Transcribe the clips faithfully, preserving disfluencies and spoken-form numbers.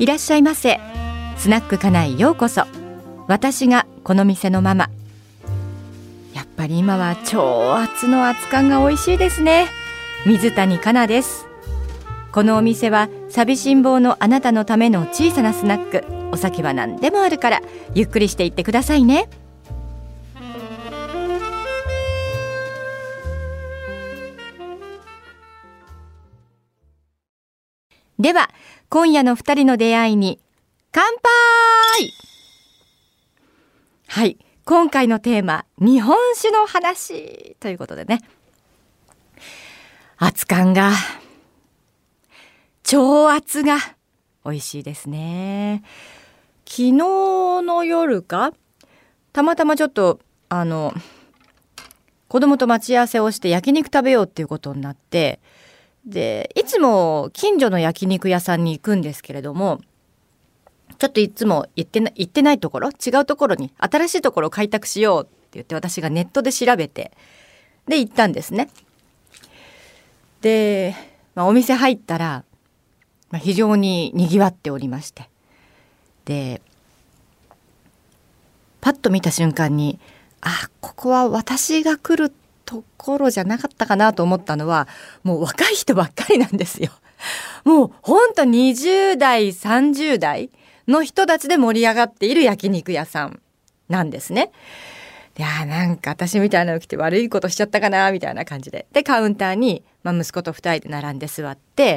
いらっしゃいませ。スナック家内ようこそ。私がこの店のママ。やっぱり今は超熱の熱燗が美味しいですね。水谷香奈です。このお店は寂しん坊のあなたのための小さなスナック。お酒は何でもあるからゆっくりしていってくださいね。では今夜のふたりの出会いに乾杯。はい、今回のテーマ日本酒の話ということでね、熱燗が超熱が美味しいですね。昨日の夜かたまたまちょっとあの子供と待ち合わせをして焼肉食べようっていうことになって、でいつも近所の焼肉屋さんに行くんですけれども、ちょっといつも行ってな、行ってないところ、違うところに新しいところを開拓しようって言って私がネットで調べてで行ったんですね。で、まあ、お店入ったら、まあ、非常ににぎわっておりまして、でパッと見た瞬間に、あ、ここは私が来るところじゃなかったかなと思ったのは、もう若い人ばっかりなんですよ。もうほんとにじゅう代さんじゅう代の人たちで盛り上がっている焼肉屋さんなんですね。いや、なんか私みたいなの来て悪いことしちゃったかなみたいな感じで、でカウンターに、まあ、息子とふたりで並んで座って、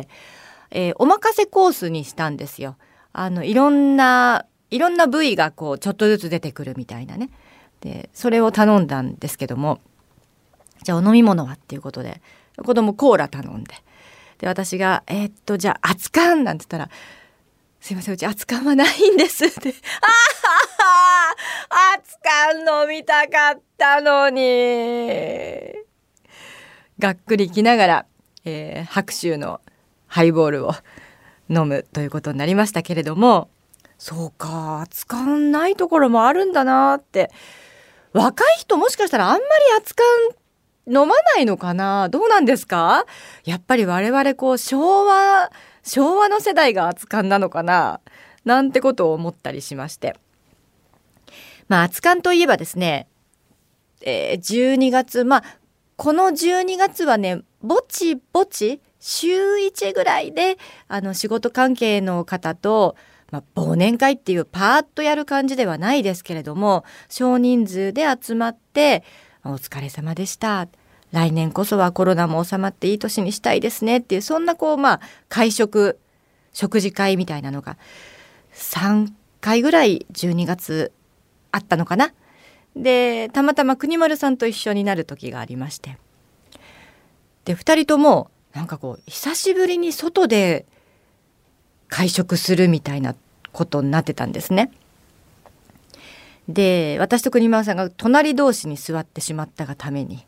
えー、お任せコースにしたんですよ。あのいろんないろんな部位がこうちょっとずつ出てくるみたいなね。でそれを頼んだんですけども、じゃあお飲み物はっていうことで子供コーラ頼んで、で私がえー、っとじゃあ熱燗なんて言ったら、すいませんうち熱燗はないんですってああ熱燗飲みたかったのに、がっくりきながら、えー、白州のハイボールを飲むということになりましたけれども、そうか熱燗ないところもあるんだなって。若い人もしかしたらあんまり熱燗飲まないのかな、どうなんですか。やっぱり我々こう昭和昭和の世代が熱燗なのかななんてことを思ったりしまして、まあ熱燗といえばですね、えー、じゅうにがつ、まあこのじゅうにがつはねぼちぼち週いちぐらいであの仕事関係の方と、まあ、忘年会っていうパーッとやる感じではないですけれども、少人数で集まってお疲れ様でした、来年こそはコロナも収まっていい年にしたいですねっていう、そんなこうまあ会食食事会みたいなのがさんかいぐらいじゅうにがつあったのかな。でたまたま国丸さんと一緒になる時がありまして、でふたりともなんかこう久しぶりに外で会食するみたいなことになってたんですね。で私と国丸さんが隣同士に座ってしまったがために、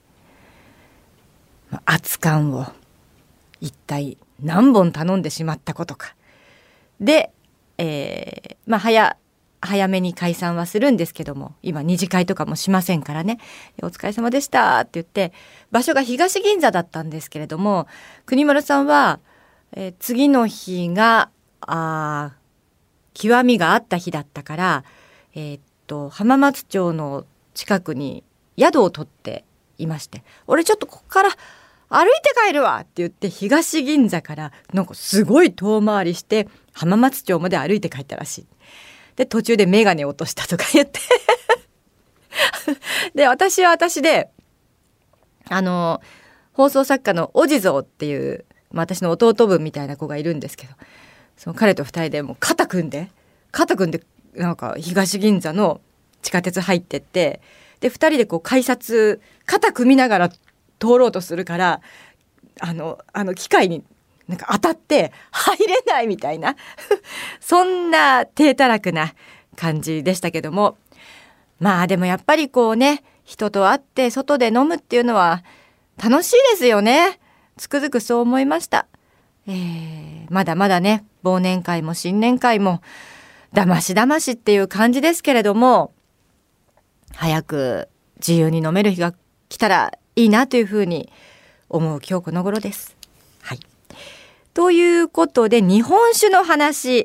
熱燗を一体何本頼んでしまったことかで、えーまあ、早早めに解散はするんですけども、今二次会とかもしませんからね、お疲れ様でしたって言って、場所が東銀座だったんですけれども、国丸さんは、えー、次の日があ極みがあった日だったから、えー、っと浜松町の近くに宿を取っていまして、俺ちょっとここから歩いて帰るわって言って東銀座からなんかすごい遠回りして浜松町まで歩いて帰ったらしい。で途中でメガネ落としたとか言ってで私は私であの放送作家のお地蔵っていう、まあ、私の弟分みたいな子がいるんですけど、その彼とふたりでもう肩組んで肩組んでなんか東銀座の地下鉄入ってって、でふたりでこう改札肩組みながら通ろうとするから、あのあの機械になんか当たって入れないみたいなそんな低たらくな感じでしたけども、まあでもやっぱりこうね、人と会って外で飲むっていうのは楽しいですよね。つくづくそう思いました。えー、まだまだね忘年会も新年会もだましだましっていう感じですけれども、早く自由に飲める日が来たらいいなというふうに思う今日この頃です。はい。ということで日本酒の話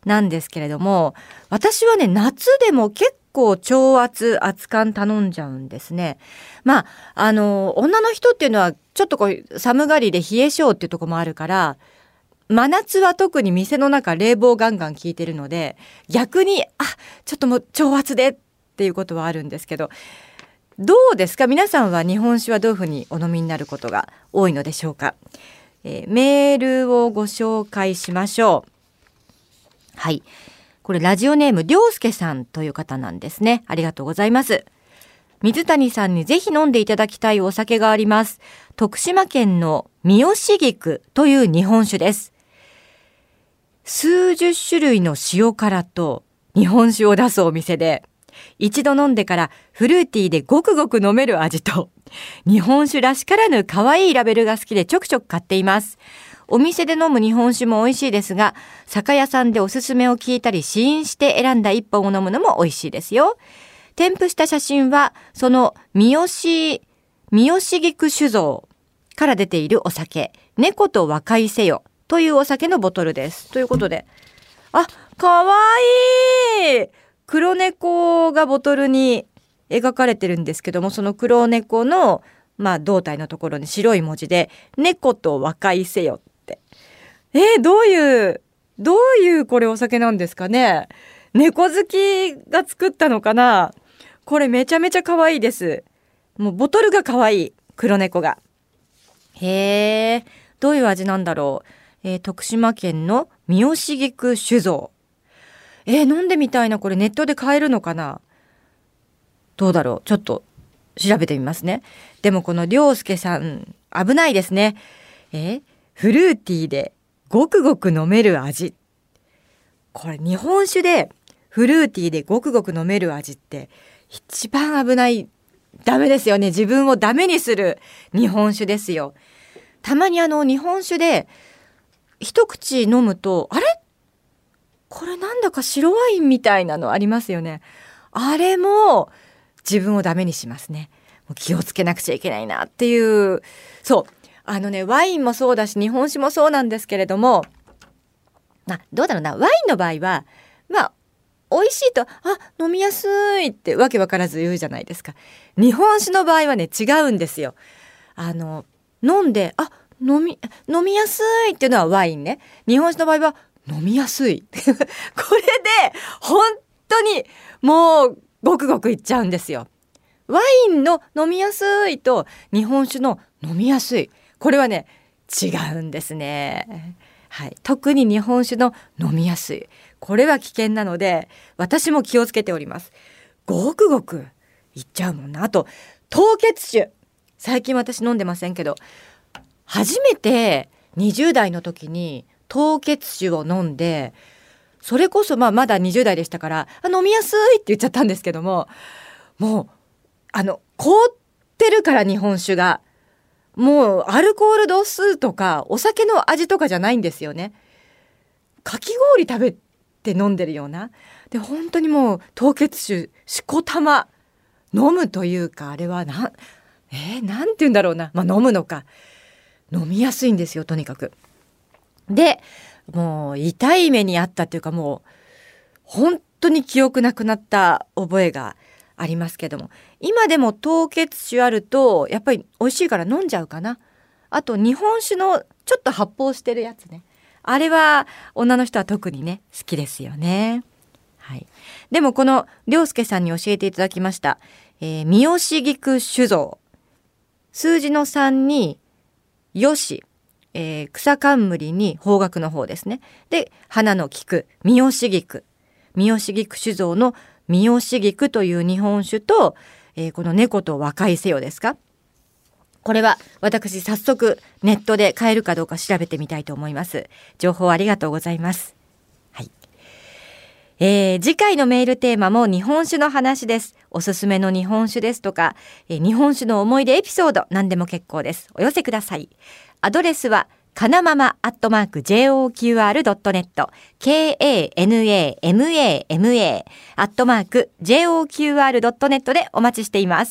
なんですけれども、私はね夏でも結構超熱熱燗頼んじゃうんですね。まああの女の人っていうのはちょっとこう寒がりで冷え性っていうところもあるから、真夏は特に店の中冷房ガンガン効いてるので、逆にあちょっともう超熱でっていうことはあるんですけど、どうですか皆さんは日本酒はどういうふうにお飲みになることが多いのでしょうか。えー、メールをご紹介しましょう。はい、これラジオネームりょうすけさんという方なんですね。ありがとうございます。水谷さんにぜひ飲んでいただきたいお酒があります。徳島県の三好菊という日本酒です。数十種類の塩辛と日本酒を出すお店で、一度飲んでからフルーティーでごくごく飲める味と、日本酒らしからぬ可愛いラベルが好きでちょくちょく買っています。お店で飲む日本酒も美味しいですが、酒屋さんでおすすめを聞いたり試飲して選んだ一本を飲むのも美味しいですよ。添付した写真はその三好三好菊酒造から出ているお酒、猫と和解せよというお酒のボトルですということで、あ、かわいい黒猫がボトルに描かれてるんですけども、その黒猫の、まあ、胴体のところに白い文字で猫と和解せよって、えー、どういうどういうこれお酒なんですかね。猫好きが作ったのかな。これめちゃめちゃ可愛いです。もうボトルが可愛い黒猫が。へー、どういう味なんだろう。えー、徳島県の三好菊酒造。えー、飲んでみたいな。これネットで買えるのかな。どうだろう、ちょっと調べてみますね。でもこの涼介さん危ないですね。えー、フルーティーでごくごく飲める味。これ日本酒でフルーティーでごくごく飲める味って一番危ない、ダメですよね。自分をダメにする日本酒ですよ。たまにあの日本酒で一口飲むと、あれこれなんだか白ワインみたいなのありますよね。あれも自分をダメにしますね。もう気をつけなくちゃいけないなっていう。そうあのね、ワインもそうだし日本酒もそうなんですけれども、まあ、どうだろうな、ワインの場合はまあ美味しいと、あ、飲みやすいってわけわからず言うじゃないですか。日本酒の場合はね違うんですよ。あの飲んで、あ、飲み飲みやすいっていうのはワインね。日本酒の場合は飲みやすいこれで本当にもうごくごくいっちゃうんですよ。ワインの飲みやすいと日本酒の飲みやすい、これはね違うんですね。はい、特に日本酒の飲みやすい、これは危険なので私も気をつけております。ごくごくいっちゃうもんな。あと凍結酒、最近私飲んでませんけど、初めてにじゅう代の時に凍結酒を飲んで、それこそまあまだにじゅう代でしたから、あ、飲みやすいって言っちゃったんですけども、もうあの凍ってるから日本酒がもうアルコール度数とかお酒の味とかじゃないんですよね。かき氷食べて飲んでるようなで、本当にもう凍結酒しこたま飲むというか、あれはな、えー、なんて言うんだろうな、まあ、飲むのか飲みやすいんですよ、とにかく。でもう痛い目にあったというか、もう本当に記憶なくなった覚えがありますけども、今でも凍結酒あるとやっぱり美味しいから飲んじゃうかな。あと日本酒のちょっと発泡してるやつね、あれは女の人は特にね好きですよね。はい、でもこの涼介さんに教えていただきました、えー、三好菊酒造、数字のさんによし、えー、草冠に方角の方ですね。で花の菊、三好菊、三好菊酒造の三好菊という日本酒と、えー、この猫と和解せよですか。これは私早速ネットで買えるかどうか調べてみたいと思います。情報ありがとうございます。はい、えー、次回のメールテーマも日本酒の話です。おすすめの日本酒ですとか、えー、日本酒の思い出エピソード、何でも結構です。お寄せください。アドレスはかなままアットマーク ジェイオーキューアールドットネット ケーエーエヌエーエムエーエムエー アットマーク ジェイオーキューアールドットネット でお待ちしています。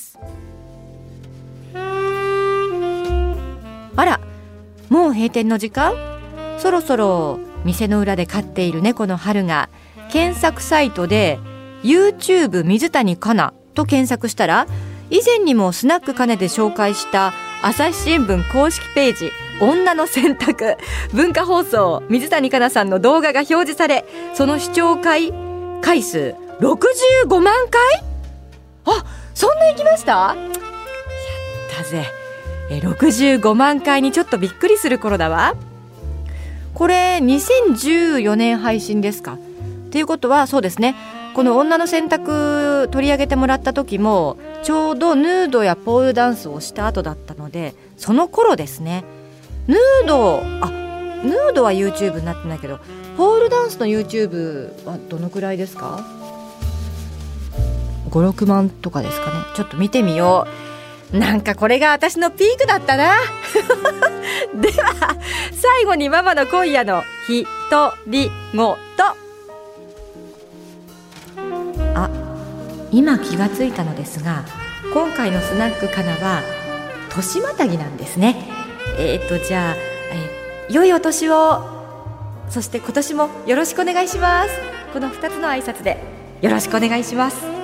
あら、もう閉店の時間？そろそろ店の裏で飼っている猫の春が検索サイトで YouTube 水谷香奈と検索したら、以前にもスナックカネで紹介した朝日新聞公式ページ女の選択文化放送水谷香奈さんの動画が表示され、その視聴回回数ろくじゅうごまんかい。あ、そんな行きました？やったぜ。えろくじゅうごまんかいにちょっとびっくりする頃だわ。これにせんじゅうよねん配信ですか。っていうことはそうですね、この女の選択取り上げてもらった時もちょうどヌードやポールダンスをした後だったので、その頃ですね。ヌードあヌードは YouTube になってないけど、ポールダンスの YouTube はどのくらいですか？ご、ろくまんとかですかね。ちょっと見てみよう。なんかこれが私のピークだったなでは最後にママの今夜のひとりごと。あ、今気がついたのですが、今回のスナックかなは年またぎなんですね。えーとじゃあ、えー、良いお年を、そして今年もよろしくお願いします。このふたつの挨拶でよろしくお願いします。